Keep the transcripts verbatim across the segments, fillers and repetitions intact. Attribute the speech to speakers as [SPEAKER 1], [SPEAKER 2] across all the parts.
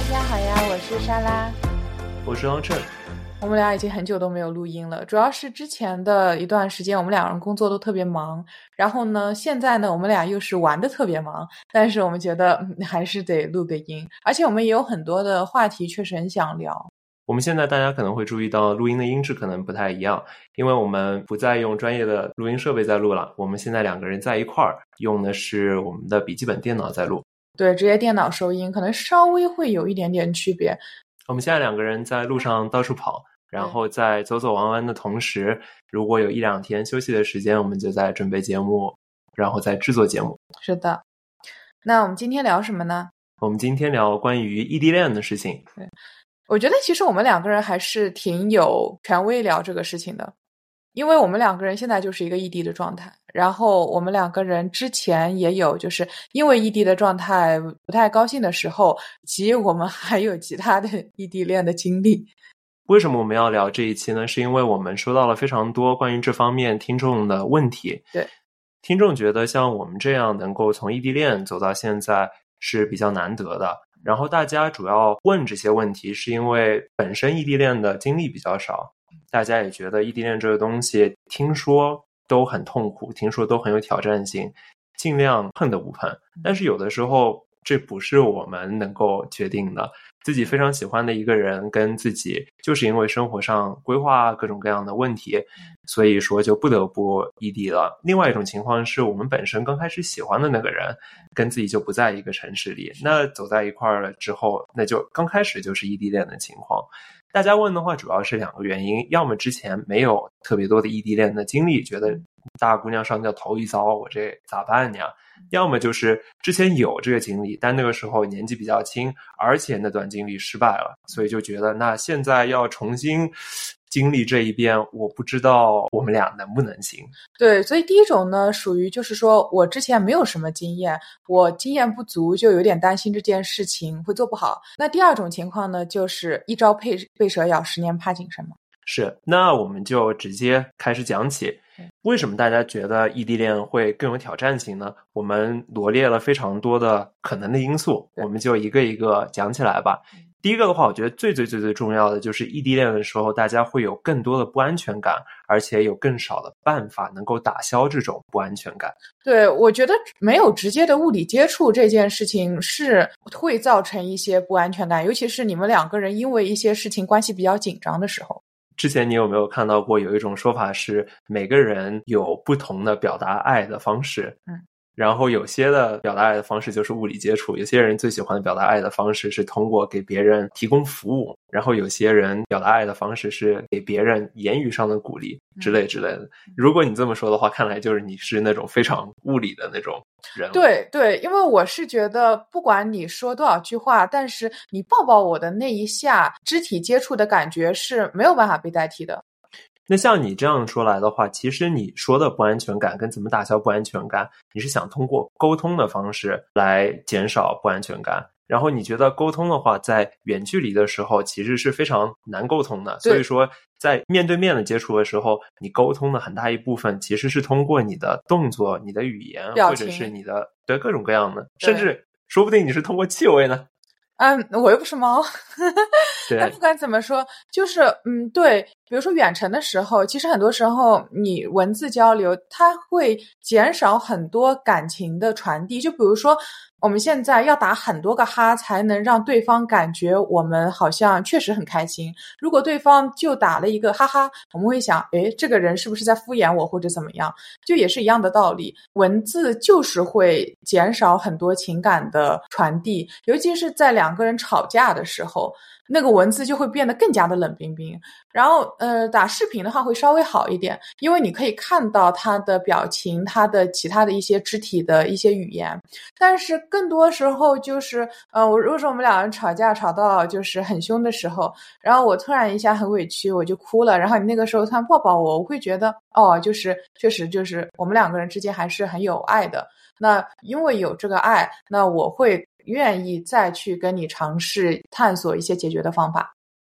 [SPEAKER 1] 家好呀，我是莎拉，
[SPEAKER 2] 我是王震。
[SPEAKER 1] 我们俩已经很久都没有录音了，主要是之前的一段时间我们两人工作都特别忙，然后呢现在呢我们俩又是玩的特别忙，但是我们觉得、嗯、还是得录个音，而且我们也有很多的话题确实很想聊。
[SPEAKER 2] 我们现在大家可能会注意到录音的音质可能不太一样，因为我们不再用专业的录音设备在录了，我们现在两个人在一块儿用的是我们的笔记本电脑在录。
[SPEAKER 1] 对，直接电脑收音可能稍微会有一点点区别。
[SPEAKER 2] 我们现在两个人在路上到处跑，然后在走走玩玩的同时，如果有一两天休息的时间，我们就在准备节目，然后再制作节目。
[SPEAKER 1] 是的，那我们今天聊什么呢？
[SPEAKER 2] 我们今天聊关于异地恋的事情。
[SPEAKER 1] 对，我觉得其实我们两个人还是挺有权威聊这个事情的，因为我们两个人现在就是一个异地的状态，然后我们两个人之前也有就是因为异地的状态不太高兴的时候，及我们还有其他的异地恋的经历。
[SPEAKER 2] 为什么我们要聊这一期呢？是因为我们收到了非常多关于这方面听众的问题。
[SPEAKER 1] 对，
[SPEAKER 2] 听众觉得像我们这样能够从异地恋走到现在是比较难得的，然后大家主要问这些问题是因为本身异地恋的经历比较少，大家也觉得异地恋这个东西听说都很痛苦，听说都很有挑战性，尽量碰都不碰。但是有的时候这不是我们能够决定的，自己非常喜欢的一个人跟自己就是因为生活上规划各种各样的问题，所以说就不得不异地了。另外一种情况是我们本身刚开始喜欢的那个人跟自己就不在一个城市里，那走在一块儿了之后，那就刚开始就是异地恋的情况。大家问的话主要是两个原因，要么之前没有特别多的异地恋的经历，觉得大姑娘上吊头一遭，我这咋办呀？要么就是之前有这个经历，但那个时候年纪比较轻，而且那段经历失败了，所以就觉得那现在要重新经历这一遍，我不知道我们俩能不能行。
[SPEAKER 1] 对，所以第一种呢属于就是说我之前没有什么经验，我经验不足，就有点担心这件事情会做不好。那第二种情况呢就是一朝被被蛇咬，十年怕井绳嘛。
[SPEAKER 2] 是，那我们就直接开始讲起为什么大家觉得异地恋会更有挑战性呢？我们罗列了非常多的可能的因素，我们就一个一个讲起来吧。第一个的话，我觉得最最最最重要的就是异地恋的时候，大家会有更多的不安全感，而且有更少的办法能够打消这种不安全感。
[SPEAKER 1] 对，我觉得没有直接的物理接触这件事情是会造成一些不安全感，尤其是你们两个人因为一些事情关系比较紧张的时候。
[SPEAKER 2] 之前你有没有看到过有一种说法是每个人有不同的表达爱的方式，
[SPEAKER 1] 嗯，
[SPEAKER 2] 然后有些的表达爱的方式就是物理接触，有些人最喜欢表达爱的方式是通过给别人提供服务，然后有些人表达爱的方式是给别人言语上的鼓励之类之类的。如果你这么说的话，看来就是你是那种非常物理的那种人。
[SPEAKER 1] 对对，因为我是觉得不管你说多少句话，但是你抱抱我的那一下肢体接触的感觉是没有办法被代替的。
[SPEAKER 2] 那像你这样说来的话，其实你说的不安全感跟怎么打消不安全感，你是想通过沟通的方式来减少不安全感，然后你觉得沟通的话在远距离的时候其实是非常难沟通的，所以说在面对面的接触的时候，你沟通的很大一部分其实是通过你的动作、你的语言，或者是你的对各种各样的，甚至说不定你是通过气味呢。
[SPEAKER 1] 嗯，我又不是猫。
[SPEAKER 2] 对，
[SPEAKER 1] 那不管怎么说，就是嗯，对，比如说远程的时候，其实很多时候你文字交流，它会减少很多感情的传递。就比如说，我们现在要打很多个哈才能让对方感觉我们好像确实很开心。如果对方就打了一个哈哈，我们会想，诶，这个人是不是在敷衍我或者怎么样？就也是一样的道理，文字就是会减少很多情感的传递，尤其是在两个人吵架的时候，那个文字就会变得更加的冷冰冰。然后呃，打视频的话会稍微好一点，因为你可以看到他的表情，他的其他的一些肢体的一些语言。但是更多时候就是呃，我如果说我们两人吵架吵到就是很凶的时候，然后我突然一下很委屈，我就哭了，然后你那个时候突然抱抱我，我会觉得哦，就是确实就是我们两个人之间还是很有爱的。那因为有这个爱，那我会愿意再去跟你尝试探索一些解决的方法。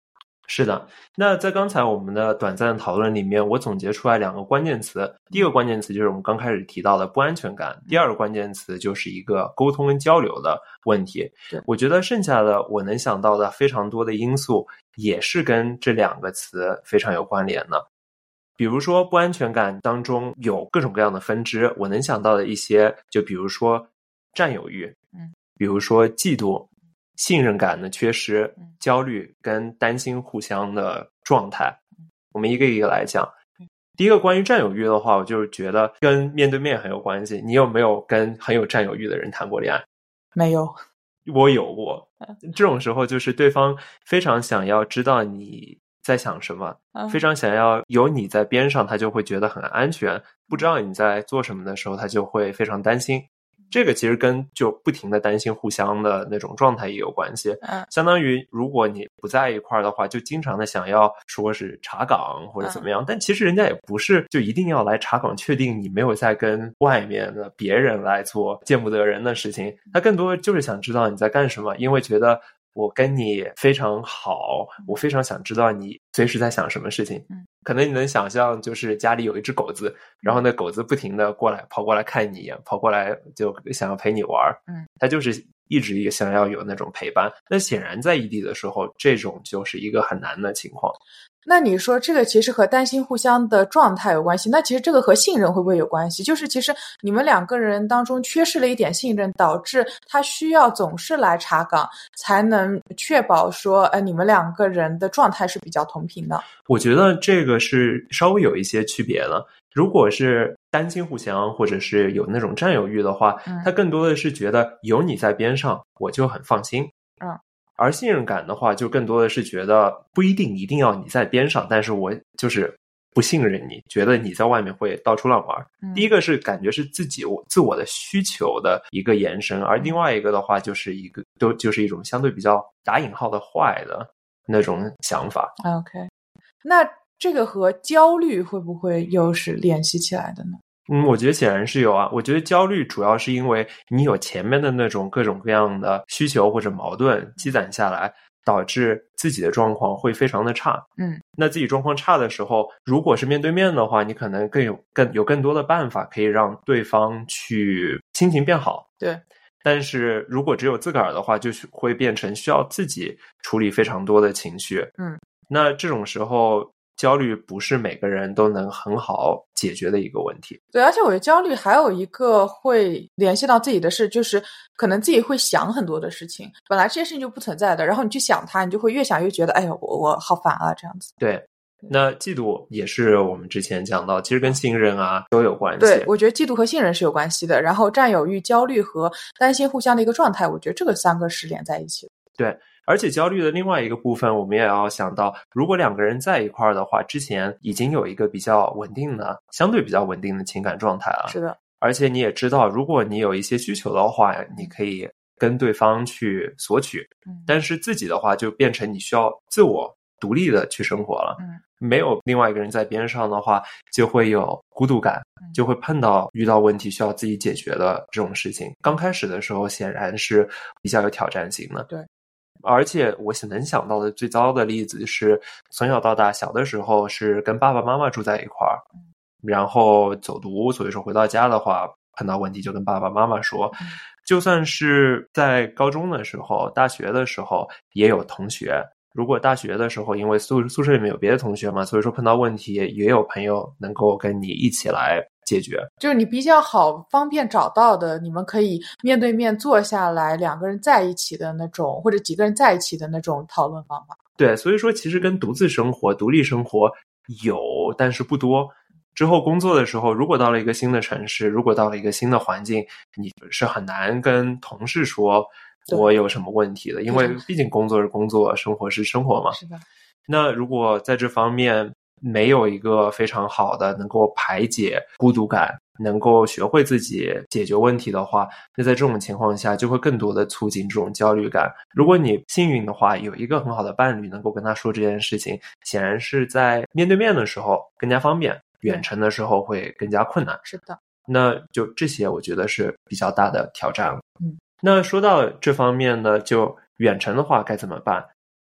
[SPEAKER 2] 是的，那在刚才我们的短暂的讨论里面，我总结出来两个关键词。第一个关键词就是我们刚开始提到的不安全感，第二个关键词就是一个沟通跟交流的问题。我觉得剩下的我能想到的非常多的因素也是跟这两个词非常有关联的。比如说不安全感当中有各种各样的分支，我能想到的一些，就比如说占有欲，
[SPEAKER 1] 嗯，
[SPEAKER 2] 比如说嫉妒，信任感的缺失，焦虑跟担心互相的状态，我们一个一个来讲。第一个关于占有欲的话，我就是觉得跟面对面很有关系。你有没有跟很有占有欲的人谈过恋爱？
[SPEAKER 1] 没有。
[SPEAKER 2] 我有过，这种时候就是对方非常想要知道你在想什么，非常想要有你在边上，他就会觉得很安全，不知道你在做什么的时候，他就会非常担心。这个其实跟就不停的担心互相的那种状态也有关系。
[SPEAKER 1] 嗯，
[SPEAKER 2] 相当于如果你不在一块儿的话，就经常的想要说是查岗或者怎么样，嗯，但其实人家也不是就一定要来查岗，确定你没有在跟外面的别人来做见不得人的事情。他更多的就是想知道你在干什么，因为觉得我跟你非常好，我非常想知道你随时在想什么事情。嗯，可能你能想象，就是家里有一只狗子，然后那狗子不停的过来跑过来看你一眼，跑过来就想要陪你玩。嗯，它就是一直也想要有那种陪伴。那显然在异地的时候，这种就是一个很难的情况。
[SPEAKER 1] 那你说这个其实和担心互相的状态有关系，那其实这个和信任会不会有关系？就是其实你们两个人当中缺失了一点信任，导致他需要总是来查岗，才能确保说呃，你们两个人的状态是比较同频的。
[SPEAKER 2] 我觉得这个是稍微有一些区别的。如果是担心互相或者是有那种占有欲的话，嗯，他更多的是觉得有你在边上我就很放心。
[SPEAKER 1] 嗯，
[SPEAKER 2] 而信任感的话就更多的是觉得不一定一定要你在边上，但是我就是不信任你，觉得你在外面会到处乱玩。嗯，第一个是感觉是自己我自我的需求的一个延伸，而另外一个的话就是一个都就是一种相对比较打引号的坏的那种想法。
[SPEAKER 1] OK， 那这个和焦虑会不会又是联系起来的呢？
[SPEAKER 2] 嗯，我觉得显然是有啊。我觉得焦虑主要是因为你有前面的那种各种各样的需求或者矛盾积攒下来，导致自己的状况会非常的差。
[SPEAKER 1] 嗯，
[SPEAKER 2] 那自己状况差的时候，如果是面对面的话，你可能更有更有更多的办法可以让对方去心情变好。
[SPEAKER 1] 对。
[SPEAKER 2] 但是如果只有自个儿的话，就会变成需要自己处理非常多的情绪。
[SPEAKER 1] 嗯，
[SPEAKER 2] 那这种时候焦虑不是每个人都能很好解决的一个问题。
[SPEAKER 1] 对，而且我觉得焦虑还有一个会联系到自己的事，就是可能自己会想很多的事情，本来这些事情就不存在的，然后你去想它，你就会越想越觉得哎呦我我好烦啊，这样子。
[SPEAKER 2] 对，那嫉妒也是我们之前讲到，其实跟信任啊都有关系。
[SPEAKER 1] 对，我觉得嫉妒和信任是有关系的，然后占有欲、焦虑和担心互相的一个状态，我觉得这个三个是连在一起的。
[SPEAKER 2] 对，而且焦虑的另外一个部分，我们也要想到，如果两个人在一块儿的话，之前已经有一个比较稳定的、相对比较稳定的情感状态了。
[SPEAKER 1] 是的，
[SPEAKER 2] 而且你也知道，如果你有一些需求的话，你可以跟对方去索取，
[SPEAKER 1] 嗯，
[SPEAKER 2] 但是自己的话就变成你需要自我独立的去生活了。
[SPEAKER 1] 嗯，
[SPEAKER 2] 没有另外一个人在边上的话，就会有孤独感，就会碰到遇到问题需要自己解决的这种事情。刚开始的时候显然是比较有挑战性的。
[SPEAKER 1] 对。
[SPEAKER 2] 而且我能想到的最糟的例子是，从小到大，小的时候是跟爸爸妈妈住在一块儿，然后走读，所以说回到家的话，碰到问题就跟爸爸妈妈说。就算是在高中的时候、大学的时候，也有同学。如果大学的时候，因为宿宿舍里面有别的同学嘛，所以说碰到问题也有朋友能够跟你一起来解决，
[SPEAKER 1] 就是你比较好方便找到的，你们可以面对面坐下来，两个人在一起的那种，或者几个人在一起的那种讨论方法。
[SPEAKER 2] 对，所以说其实跟独自生活、独立生活有，但是不多。之后工作的时候，如果到了一个新的城市，如果到了一个新的环境，你是很难跟同事说我有什么问题的，因为毕竟工作是工作，生活是生活嘛。
[SPEAKER 1] 是的。
[SPEAKER 2] 那如果在这方面没有一个非常好的能够排解孤独感，能够学会自己解决问题的话，那在这种情况下就会更多的促进这种焦虑感。如果你幸运的话，有一个很好的伴侣能够跟他说这件事情，显然是在面对面的时候更加方便，远程的时候会更加困难。
[SPEAKER 1] 是的。
[SPEAKER 2] 那就这些我觉得是比较大的挑战了。
[SPEAKER 1] 嗯，
[SPEAKER 2] 那说到这方面呢，就远程的话该怎么办？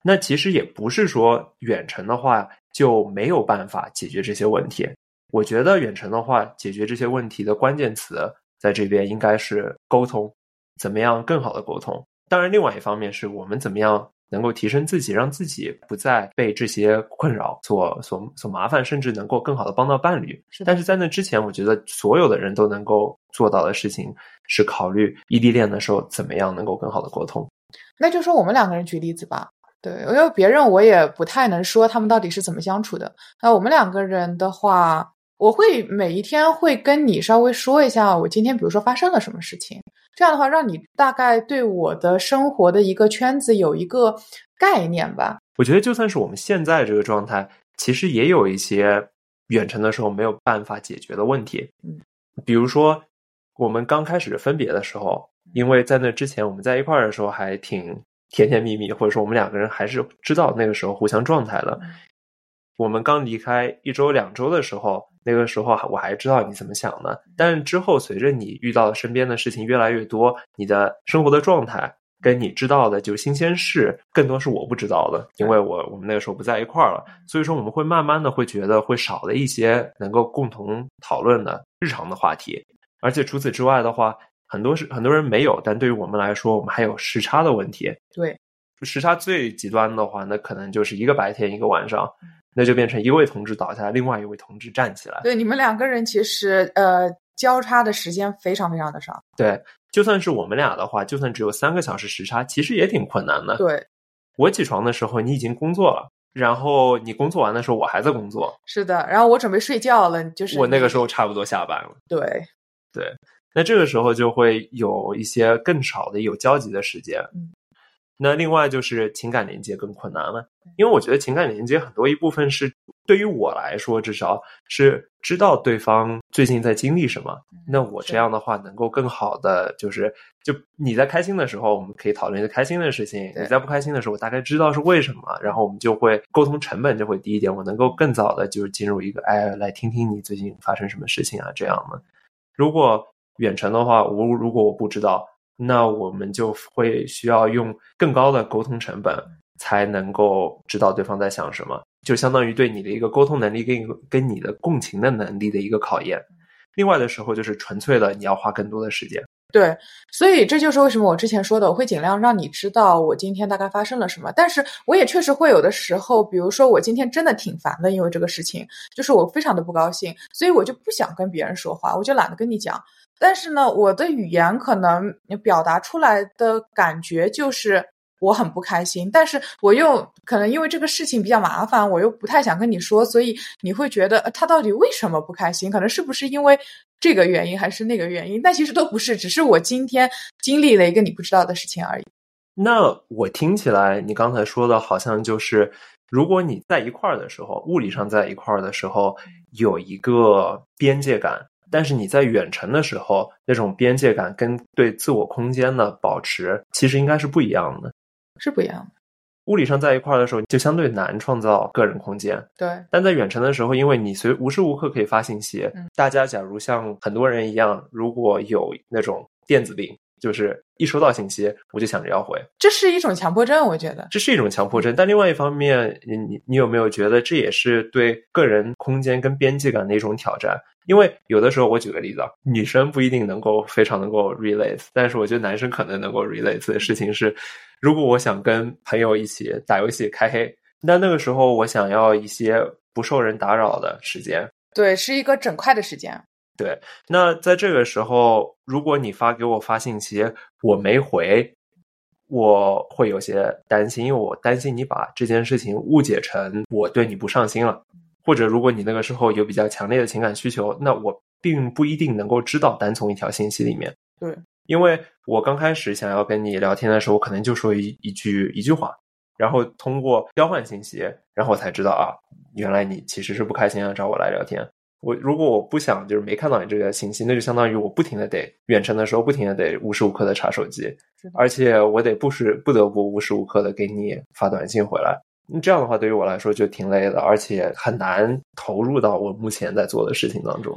[SPEAKER 2] 那其实也不是说远程的话就没有办法解决这些问题。我觉得远程的话，解决这些问题的关键词在这边应该是沟通，怎么样更好的沟通。当然另外一方面是我们怎么样能够提升自己，让自己不再被这些困扰所所所麻烦，甚至能够更好的帮到伴侣。
[SPEAKER 1] 是
[SPEAKER 2] 但是在那之前，我觉得所有的人都能够做到的事情是考虑异地恋的时候怎么样能够更好的沟通。
[SPEAKER 1] 那就说我们两个人举例子吧。对，因为别人我也不太能说他们到底是怎么相处的。那我们两个人的话，我会每一天会跟你稍微说一下我今天比如说发生了什么事情，这样的话让你大概对我的生活的一个圈子有一个概念吧。
[SPEAKER 2] 我觉得就算是我们现在这个状态，其实也有一些远程的时候没有办法解决的问题。
[SPEAKER 1] 嗯，
[SPEAKER 2] 比如说我们刚开始分别的时候，因为在那之前我们在一块儿的时候还挺甜甜蜜蜜，或者说我们两个人还是知道那个时候互相状态的。
[SPEAKER 1] 嗯，
[SPEAKER 2] 我们刚离开一周两周的时候，那个时候我还知道你怎么想的，但是之后随着你遇到身边的事情越来越多，你的生活的状态跟你知道的就新鲜事更多是我不知道的，因为我我们那个时候不在一块儿了，所以说我们会慢慢的会觉得会少了一些能够共同讨论的日常的话题。而且除此之外的话，很多是很多人没有，但对于我们来说，我们还有时差的问题。
[SPEAKER 1] 对，
[SPEAKER 2] 时差最极端的话，那可能就是一个白天一个晚上，那就变成一位同志倒下来，另外一位同志站起来。
[SPEAKER 1] 对，你们两个人其实呃交叉的时间非常非常的少。
[SPEAKER 2] 对，就算是我们俩的话，就算只有三个小时时差，其实也挺困难的。
[SPEAKER 1] 对，
[SPEAKER 2] 我起床的时候你已经工作了，然后你工作完的时候我还在工作。
[SPEAKER 1] 是的，然后我准备睡觉了，就是
[SPEAKER 2] 我那个时候差不多下班了。
[SPEAKER 1] 对
[SPEAKER 2] 对，那这个时候就会有一些更少的有交集的时间。
[SPEAKER 1] 嗯，
[SPEAKER 2] 那另外就是情感连接更困难了，因为我觉得情感连接很多一部分是对于我来说至少是知道对方最近在经历什么，那我这样的话能够更好的就是就你在开心的时候我们可以讨论一些开心的事情，你在不开心的时候我大概知道是为什么，然后我们就会沟通成本就会低一点，我能够更早的就是进入一个哎来听听你最近发生什么事情啊这样的。如果远程的话，我如果我不知道，那我们就会需要用更高的沟通成本才能够知道对方在想什么，就相当于对你的一个沟通能力跟跟你的共情的能力的一个考验。另外的时候就是纯粹的你要花更多的时间。
[SPEAKER 1] 对，所以这就是为什么我之前说的我会尽量让你知道我今天大概发生了什么，但是我也确实会有的时候，比如说我今天真的挺烦的，因为这个事情就是我非常的不高兴，所以我就不想跟别人说话，我就懒得跟你讲，但是呢我的语言可能表达出来的感觉就是我很不开心，但是我又可能因为这个事情比较麻烦，我又不太想跟你说，所以你会觉得、呃、他到底为什么不开心，可能是不是因为这个原因还是那个原因，但其实都不是，只是我今天经历了一个你不知道的事情而已。
[SPEAKER 2] 那我听起来你刚才说的好像就是如果你在一块儿的时候，物理上在一块儿的时候有一个边界感，但是你在远程的时候那种边界感跟对自我空间的保持其实应该是不一样的。
[SPEAKER 1] 是不一样的。
[SPEAKER 2] 物理上在一块儿的时候就相对难创造个人空间，
[SPEAKER 1] 对，
[SPEAKER 2] 但在远程的时候因为你随无时无刻可以发信息、嗯、大家假如像很多人一样，如果有那种电子病，就是一收到信息我就想着要回，
[SPEAKER 1] 这是一种强迫症，我觉得
[SPEAKER 2] 这是一种强迫症。但另外一方面你你有没有觉得这也是对个人空间跟边界感的一种挑战？因为有的时候我举个例子啊，女生不一定能够非常能够 relate， 但是我觉得男生可能能够 relate 的事情是，如果我想跟朋友一起打游戏开黑，那那个时候我想要一些不受人打扰的时间，
[SPEAKER 1] 对，是一个整块的时间。
[SPEAKER 2] 对，那在这个时候如果你发给我发信息我没回，我会有些担心，因为我担心你把这件事情误解成我对你不上心了，或者如果你那个时候有比较强烈的情感需求，那我并不一定能够知道单从一条信息里面。
[SPEAKER 1] 对，
[SPEAKER 2] 因为我刚开始想要跟你聊天的时候，我可能就说一一句一句话，然后通过交换信息，然后我才知道啊，原来你其实是不开心要找我来聊天。我如果我不想就是没看到你这个信息，那就相当于我不停的得远程的时候不停的得无时无刻的查手机，而且我得不是不得不无时无刻的给你发短信回来，这样的话对于我来说就挺累的，而且很难投入到我目前在做的事情当中。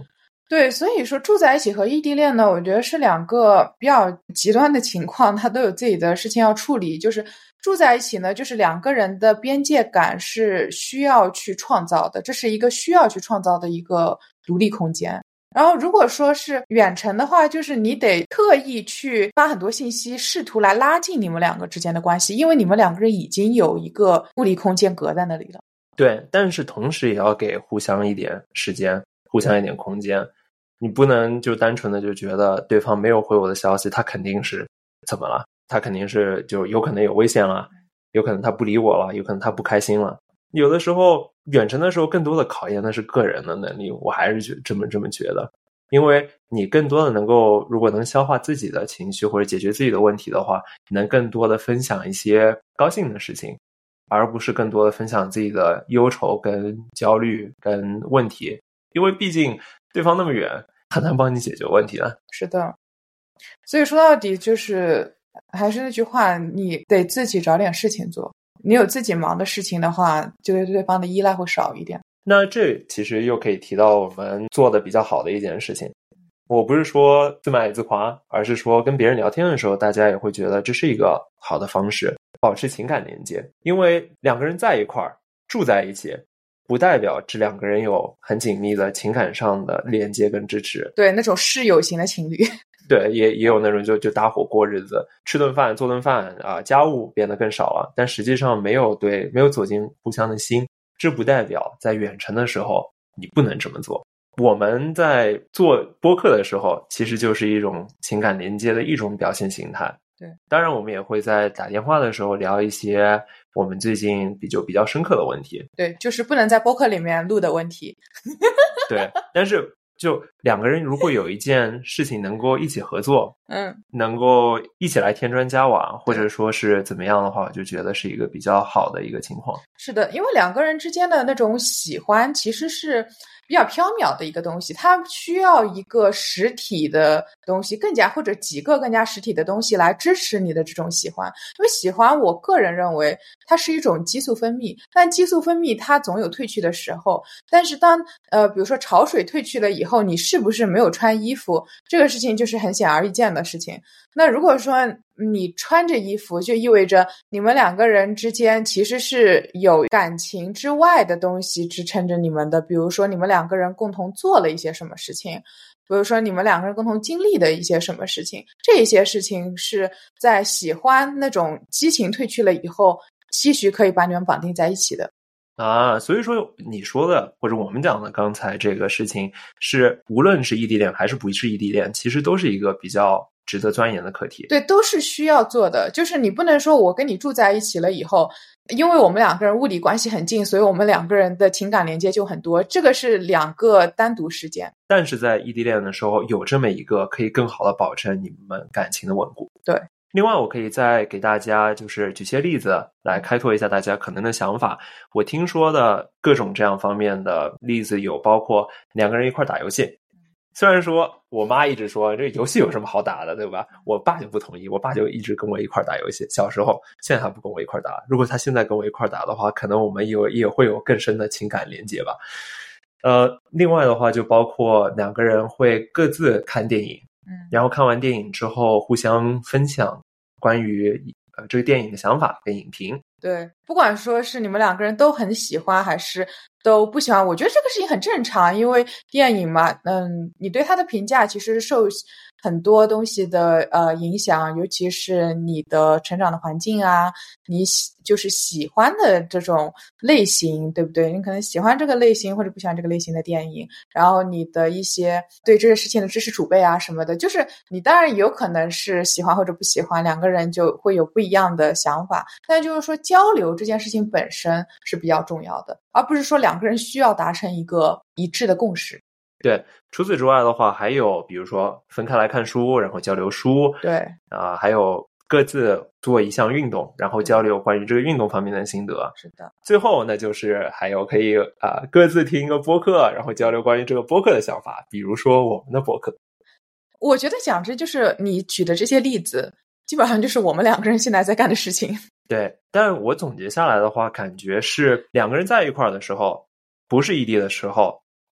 [SPEAKER 1] 对，所以说住在一起和异地恋呢，我觉得是两个比较极端的情况，它都有自己的事情要处理。就是住在一起呢，就是两个人的边界感是需要去创造的，这是一个需要去创造的一个独立空间。然后如果说是远程的话，就是你得特意去发很多信息，试图来拉近你们两个之间的关系，因为你们两个人已经有一个物理空间隔在那里了。
[SPEAKER 2] 对，但是同时也要给互相一点时间，互相一点空间。你不能就单纯的就觉得对方没有回我的消息，他肯定是怎么了？他肯定是就有可能有危险了，有可能他不理我了，有可能他不开心了。有的时候远程的时候更多的考验的是个人的能力，我还是觉这么这么觉得。因为你更多的能够，如果能消化自己的情绪或者解决自己的问题的话，你能更多的分享一些高兴的事情，而不是更多的分享自己的忧愁跟焦虑跟问题。因为毕竟对方那么远，很难帮你解决问题的。
[SPEAKER 1] 是的，所以说到底就是还是那句话，你得自己找点事情做。你有自己忙的事情的话，就对对方的依赖会少一点。
[SPEAKER 2] 那这其实又可以提到我们做的比较好的一件事情。我不是说自卖自夸，而是说跟别人聊天的时候，大家也会觉得这是一个好的方式，保持情感连接。因为两个人在一块儿住在一起，不代表这两个人有很紧密的情感上的连接跟支持。
[SPEAKER 1] 对，那种室友型的情侣。
[SPEAKER 2] 对，也也有那种就就搭伙过日子，吃顿饭做顿饭啊，家务变得更少了，但实际上没有对没有走进互相的心。这不代表在远程的时候你不能这么做。我们在做播客的时候，其实就是一种情感连接的一种表现形态。
[SPEAKER 1] 对，
[SPEAKER 2] 当然我们也会在打电话的时候聊一些我们最近比较比较深刻的问题。
[SPEAKER 1] 对，就是不能在播客里面录的问题。
[SPEAKER 2] 对，但是就两个人如果有一件事情能够一起合作，
[SPEAKER 1] 嗯，
[SPEAKER 2] 能够一起来添砖加瓦，或者说是怎么样的话，我就觉得是一个比较好的一个情况。
[SPEAKER 1] 是的，因为两个人之间的那种喜欢其实是比较缥缈的一个东西，它需要一个实体的东西，更加或者几个更加实体的东西来支持你的这种喜欢。因为喜欢，我个人认为它是一种激素分泌，但激素分泌它总有褪去的时候。但是当呃，比如说潮水退去了以后，你是不是没有穿衣服，这个事情就是很显而易见的事情。那如果说你穿着衣服，就意味着你们两个人之间其实是有感情之外的东西支撑着你们的，比如说你们两个人共同做了一些什么事情，比如说你们两个人共同经历的一些什么事情，这些事情是在喜欢那种激情褪去了以后，期许可以把你们绑定在一起的。
[SPEAKER 2] 啊，所以说你说的或者我们讲的刚才这个事情是无论是异地恋还是不是异地恋，其实都是一个比较值得钻研的课题。
[SPEAKER 1] 对，都是需要做的。就是你不能说我跟你住在一起了以后，因为我们两个人物理关系很近，所以我们两个人的情感连接就很多，这个是两个单独事件。
[SPEAKER 2] 但是在异地恋的时候有这么一个可以更好的保证你们感情的稳固。
[SPEAKER 1] 对，
[SPEAKER 2] 另外我可以再给大家就是举些例子来开拓一下大家可能的想法。我听说的各种这样方面的例子有包括两个人一块打游戏，虽然说我妈一直说这游戏有什么好打的，对吧？我爸就不同意，我爸就一直跟我一块打游戏，小时候，现在他不跟我一块打。如果他现在跟我一块打的话，可能我们有也会有更深的情感连接吧。呃，另外的话就包括两个人会各自看电影，
[SPEAKER 1] 嗯，
[SPEAKER 2] 然后看完电影之后互相分享关于呃这个电影的想法跟影评。
[SPEAKER 1] 对，不管说是你们两个人都很喜欢还是都不喜欢，我觉得这个事情很正常，因为电影嘛，嗯，你对它的评价其实受很多东西的呃影响，尤其是你的成长的环境啊，你喜就是喜欢的这种类型，对不对？你可能喜欢这个类型或者不喜欢这个类型的电影，然后你的一些对这个事情的知识储备啊什么的，就是你当然有可能是喜欢或者不喜欢，两个人就会有不一样的想法，但就是说交流这件事情本身是比较重要的，而不是说两个人需要达成一个一致的共识。
[SPEAKER 2] 对，除此之外的话，还有比如说分开来看书，然后交流书，
[SPEAKER 1] 对
[SPEAKER 2] 啊、呃，还有各自做一项运动，然后交流关于这个运动方面的心得。
[SPEAKER 1] 是的，
[SPEAKER 2] 最后那就是还有可以啊、呃、各自听一个播客，然后交流关于这个播客的想法，比如说我们的播客。
[SPEAKER 1] 我觉得讲这就是你举的这些例子，基本上就是我们两个人现在在干的事情。
[SPEAKER 2] 对，但我总结下来的话，感觉是两个人在一块儿的时候，不是异地的时候，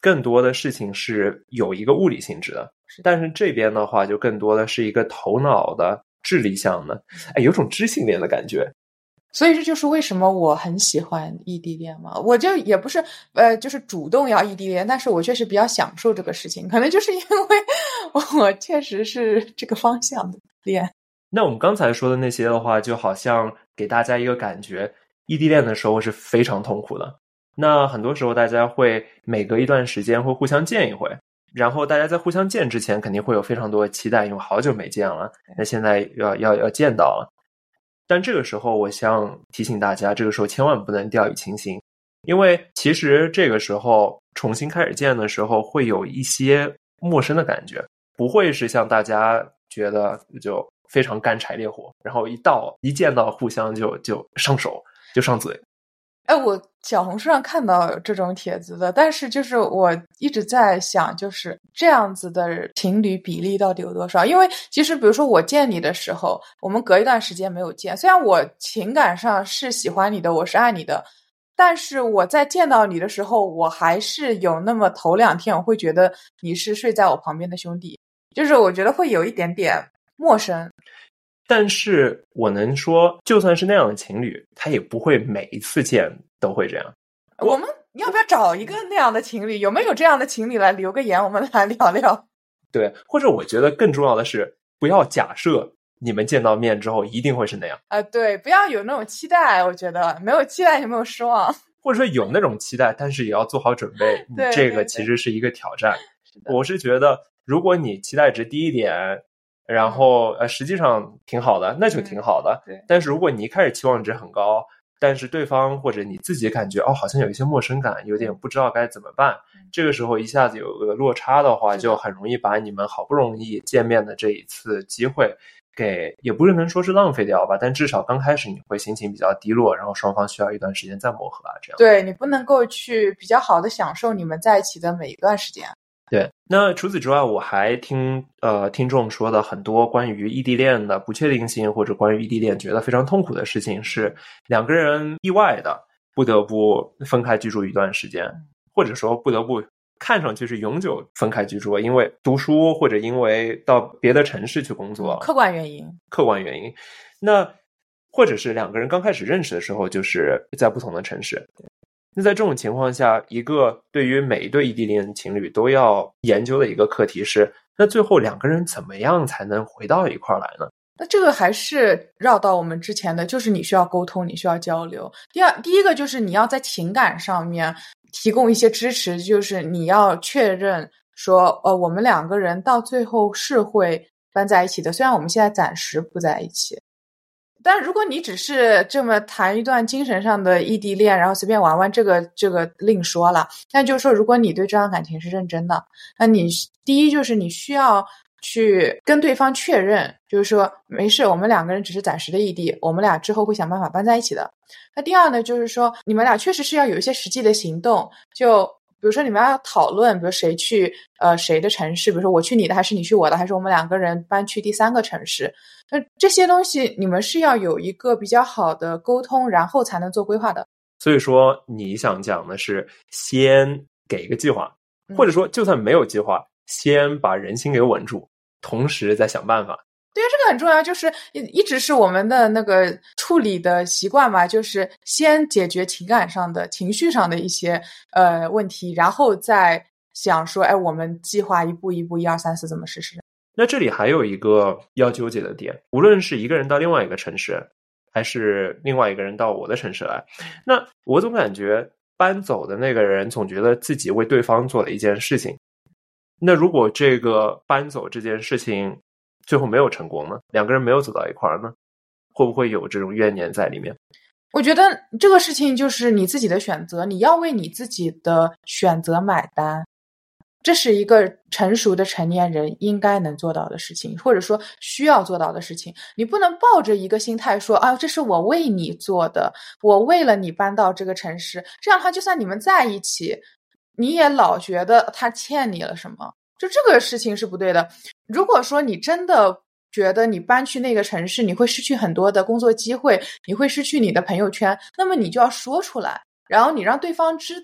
[SPEAKER 2] 更多的事情是有一个物理性质的，但是这边的话就更多的是一个头脑的智力项的，哎，有种知性恋的感觉。
[SPEAKER 1] 所以这就是为什么我很喜欢异地恋嘛。我就也不是呃，就是主动要异地恋，但是我确实比较享受这个事情，可能就是因为我确实是这个方向的恋。
[SPEAKER 2] 那我们刚才说的那些的话，就好像给大家一个感觉，异地恋的时候是非常痛苦的。那很多时候大家会每隔一段时间会互相见一回，然后大家在互相见之前肯定会有非常多的期待，因为好久没见了，那现在要要要见到了。但这个时候我想提醒大家，这个时候千万不能掉以轻心，因为其实这个时候重新开始见的时候会有一些陌生的感觉，不会是像大家觉得就非常干柴烈火，然后一到一见到互相就就上手就上嘴。
[SPEAKER 1] 哎，我小红书上看到有这种帖子的，但是就是我一直在想，就是这样子的情侣比例到底有多少？因为其实比如说我见你的时候，我们隔一段时间没有见，虽然我情感上是喜欢你的，我是爱你的，但是我在见到你的时候，我还是有那么头两天我会觉得你是睡在我旁边的兄弟，就是我觉得会有一点点陌生。
[SPEAKER 2] 但是我能说，就算是那样的情侣，他也不会每一次见都会这样。
[SPEAKER 1] 我, 我们要不要找一个那样的情侣？有没有这样的情侣来留个言，我们来聊聊？
[SPEAKER 2] 对，或者我觉得更重要的是，不要假设你们见到面之后一定会是那样
[SPEAKER 1] 啊、呃，对，不要有那种期待。我觉得没有期待就没有失望，
[SPEAKER 2] 或者说有那种期待，但是也要做好准备。你这个其实是一个挑战。
[SPEAKER 1] 对对对，
[SPEAKER 2] 我是觉得，如果你期待值低一点。然后呃，实际上挺好的，那就挺好的。
[SPEAKER 1] 嗯、对。
[SPEAKER 2] 但是如果你一开始期望值很高，但是对方或者你自己感觉哦，好像有一些陌生感，有点不知道该怎么办，
[SPEAKER 1] 嗯、
[SPEAKER 2] 这个时候一下子有个落差的话，就很容易把你们好不容易见面的这一次机会给，也不是能说是浪费掉吧，但至少刚开始你会心情比较低落，然后双方需要一段时间再磨合啊，这样。
[SPEAKER 1] 对，你不能够去比较好的享受你们在一起的每一段时间。
[SPEAKER 2] 对，那除此之外，我还听呃听众说的很多关于异地恋的不确定性，或者关于异地恋觉得非常痛苦的事情，是两个人意外的不得不分开居住一段时间，或者说不得不看上去是永久分开居住，因为读书或者因为到别的城市去工作，
[SPEAKER 1] 客观原因，
[SPEAKER 2] 客观原因。那或者是两个人刚开始认识的时候就是在不同的城市。那在这种情况下，一个对于每一对异地恋情侣都要研究的一个课题是，那最后两个人怎么样才能回到一块儿来呢？
[SPEAKER 1] 那这个还是绕到我们之前的，就是你需要沟通，你需要交流。第二，第一个就是你要在情感上面提供一些支持，就是你要确认说，呃，我们两个人到最后是会搬在一起的，虽然我们现在暂时不在一起。但如果你只是这么谈一段精神上的异地恋，然后随便玩玩，这个这个另说了。但就是说，如果你对这段感情是认真的，那你第一就是你需要去跟对方确认，就是说没事，我们两个人只是暂时的异地，我们俩之后会想办法搬在一起的。那第二呢，就是说你们俩确实是要有一些实际的行动，就比如说你们要讨论，比如谁去呃谁的城市，比如说我去你的还是你去我的，还是我们两个人搬去第三个城市，那这些东西你们是要有一个比较好的沟通，然后才能做规划的。
[SPEAKER 2] 所以说你想讲的是先给一个计划，或者说就算没有计划，先把人心给稳住，同时再想办法。
[SPEAKER 1] 对啊，这个很重要，就是一直是我们的那个处理的习惯嘛，就是先解决情感上的、情绪上的一些呃问题，然后再想说，哎，我们计划一步一步，一二三四怎么实施。
[SPEAKER 2] 那这里还有一个要纠结的点，无论是一个人到另外一个城市，还是另外一个人到我的城市来，那我总感觉搬走的那个人总觉得自己为对方做了一件事情。那如果这个搬走这件事情最后没有成功呢？两个人没有走到一块儿呢？会不会有这种怨念在里面？
[SPEAKER 1] 我觉得这个事情就是你自己的选择，你要为你自己的选择买单。这是一个成熟的成年人应该能做到的事情，或者说需要做到的事情。你不能抱着一个心态说啊，这是我为你做的，我为了你搬到这个城市，这样的话就算你们在一起，你也老觉得他欠你了什么，就这个事情是不对的。如果说你真的觉得你搬去那个城市你会失去很多的工作机会，你会失去你的朋友圈，那么你就要说出来，然后你让对方知道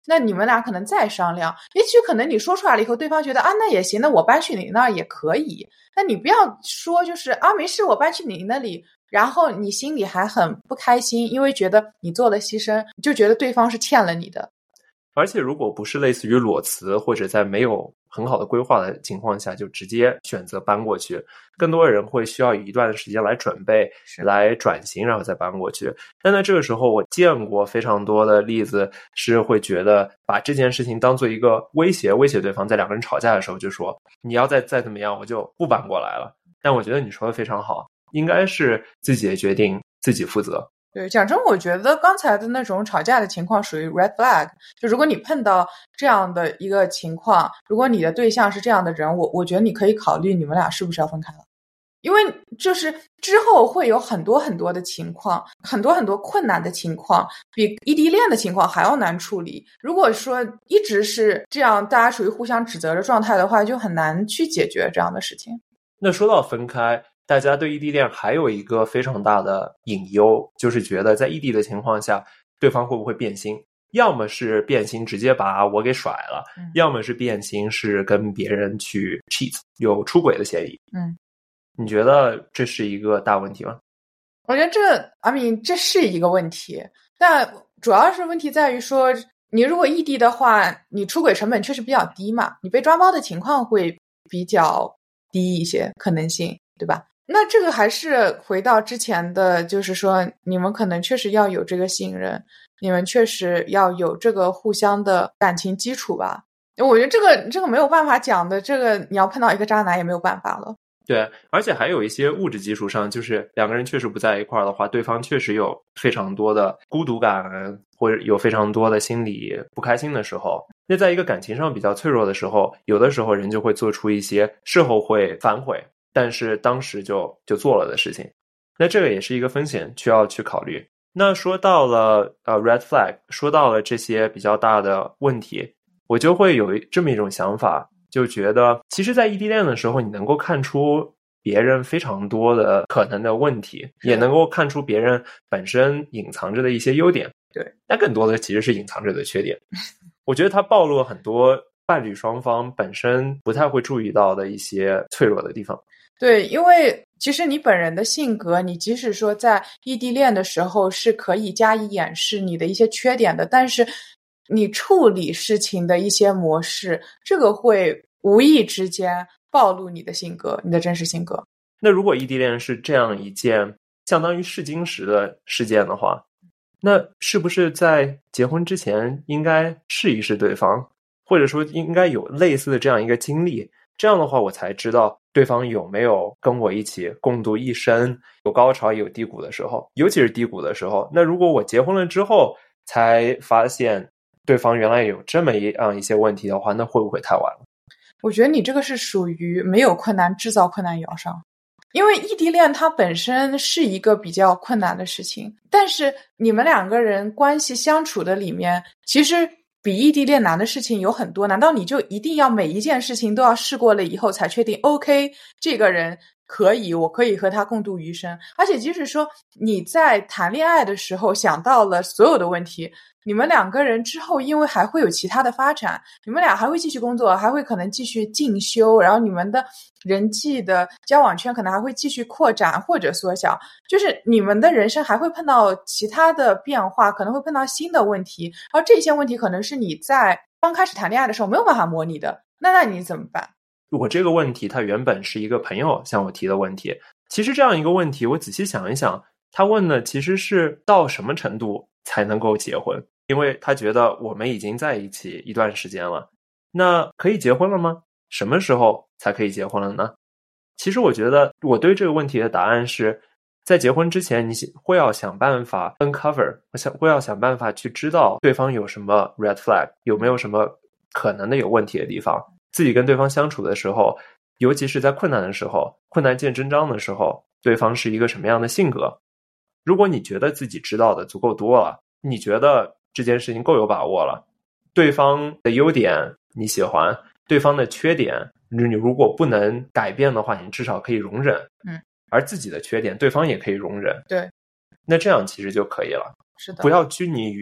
[SPEAKER 1] 那你们俩可能再商量，也许可能你说出来了以后，对方觉得啊那也行，那我搬去你那儿也可以。那你不要说就是啊没事我搬去你那里，然后你心里还很不开心，因为觉得你做了牺牲，就觉得对方是欠了你的。
[SPEAKER 2] 而且如果不是类似于裸辞或者在没有很好的规划的情况下就直接选择搬过去，更多的人会需要一段时间来准备来转型然后再搬过去。但在这个时候我见过非常多的例子是会觉得把这件事情当做一个威胁，威胁对方，在两个人吵架的时候就说你要再再怎么样我就不搬过来了。但我觉得你说的非常好，应该是自己的决定自己负责。
[SPEAKER 1] 对，讲真我觉得刚才的那种吵架的情况属于 red flag， 就如果你碰到这样的一个情况，如果你的对象是这样的人，我我觉得你可以考虑你们俩是不是要分开了。因为就是之后会有很多很多的情况，很多很多困难的情况，比异地恋的情况还要难处理。如果说一直是这样大家属于互相指责的状态的话，就很难去解决这样的事情。
[SPEAKER 2] 那说到分开，大家对异地恋还有一个非常大的隐忧，就是觉得在异地的情况下对方会不会变心，要么是变心直接把我给甩了、嗯、要么是变心是跟别人去 cheat 有出轨的嫌疑。
[SPEAKER 1] 嗯，
[SPEAKER 2] 你觉得这是一个大问题吗？
[SPEAKER 1] 我觉得这 I mean 这是一个问题，但主要是问题在于说你如果异地的话，你出轨成本确实比较低嘛，你被抓包的情况会比较低一些可能性，对吧？那这个还是回到之前的，就是说你们可能确实要有这个信任，你们确实要有这个互相的感情基础吧。我觉得这个这个没有办法讲的，这个你要碰到一个渣男也没有办法了。
[SPEAKER 2] 对，而且还有一些物质基础上，就是两个人确实不在一块儿的话，对方确实有非常多的孤独感，或者有非常多的心理不开心的时候。那在一个感情上比较脆弱的时候，有的时候人就会做出一些事后会反悔，但是当时就就做了的事情。那这个也是一个风险需要去考虑。那说到了呃 red flag， 说到了这些比较大的问题，我就会有这么一种想法，就觉得其实在异地恋的时候，你能够看出别人非常多的可能的问题，也能够看出别人本身隐藏着的一些优点。
[SPEAKER 1] 对，
[SPEAKER 2] 但更多的其实是隐藏着的缺点。我觉得它暴露了很多伴侣双方本身不太会注意到的一些脆弱的地方。
[SPEAKER 1] 对，因为其实你本人的性格，你即使说在异地恋的时候是可以加以掩饰你的一些缺点的，但是你处理事情的一些模式，这个会无意之间暴露你的性格，你的真实性格。
[SPEAKER 2] 那如果异地恋是这样一件相当于试金石的事件的话，那是不是在结婚之前应该试一试对方，或者说应该有类似的这样一个经历，这样的话我才知道对方有没有跟我一起共度一生，有高潮也有低谷的时候，尤其是低谷的时候。那如果我结婚了之后才发现对方原来有这么一样一些问题的话，那会不会太晚了？
[SPEAKER 1] 我觉得你这个是属于没有困难制造困难摇上。因为异地恋它本身是一个比较困难的事情，但是你们两个人关系相处的里面，其实比异地恋难的事情有很多。难道你就一定要每一件事情都要试过了以后才确定 OK 这个人可以，我可以和他共度余生？而且即使说你在谈恋爱的时候想到了所有的问题，你们两个人之后因为还会有其他的发展，你们俩还会继续工作，还会可能继续进修，然后你们的人际的交往圈可能还会继续扩展或者缩小，就是你们的人生还会碰到其他的变化，可能会碰到新的问题，而这些问题可能是你在刚开始谈恋爱的时候没有办法模拟的，那那你怎么办？
[SPEAKER 2] 我这个问题它原本是一个朋友向我提的问题，其实这样一个问题我仔细想一想，他问的其实是到什么程度才能够结婚，因为他觉得我们已经在一起一段时间了，那可以结婚了吗？什么时候才可以结婚了呢？其实我觉得我对这个问题的答案是，在结婚之前你会要想办法 uncover， 会要想办法去知道对方有什么 red flag， 有没有什么可能的有问题的地方，自己跟对方相处的时候，尤其是在困难的时候，困难见真章的时候，对方是一个什么样的性格。如果你觉得自己知道的足够多了，你觉得这件事情够有把握了，对方的优点你喜欢，对方的缺点你如果不能改变的话，你至少可以容忍，
[SPEAKER 1] 嗯，
[SPEAKER 2] 而自己的缺点对方也可以容忍，
[SPEAKER 1] 对，
[SPEAKER 2] 那这样其实就可以了。
[SPEAKER 1] 是的，
[SPEAKER 2] 不要拘泥于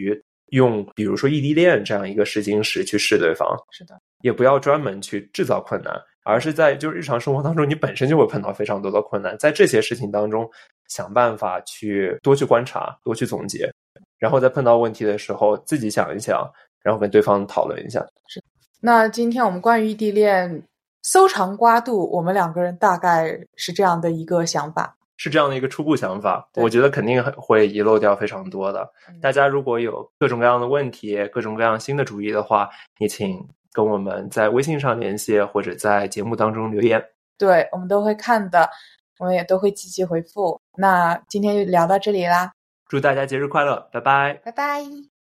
[SPEAKER 2] 用比如说异地恋这样一个试金石去试对方。
[SPEAKER 1] 是的，
[SPEAKER 2] 也不要专门去制造困难，而是在就是日常生活当中你本身就会碰到非常多的困难，在这些事情当中想办法去多去观察，多去总结，然后在碰到问题的时候自己想一想，然后跟对方讨论一下。
[SPEAKER 1] 是。那今天我们关于异地恋搜肠刮肚，我们两个人大概是这样的一个想法，
[SPEAKER 2] 是这样的一个初步想法，我觉得肯定会遗漏掉非常多的。大家如果有各种各样的问题，各种各样新的主意的话，你请跟我们在微信上联系，或者在节目当中留言。
[SPEAKER 1] 对，我们都会看的，我们也都会积极回复。那今天就聊到这里啦，
[SPEAKER 2] 祝大家节日快乐，拜拜，
[SPEAKER 1] 拜拜。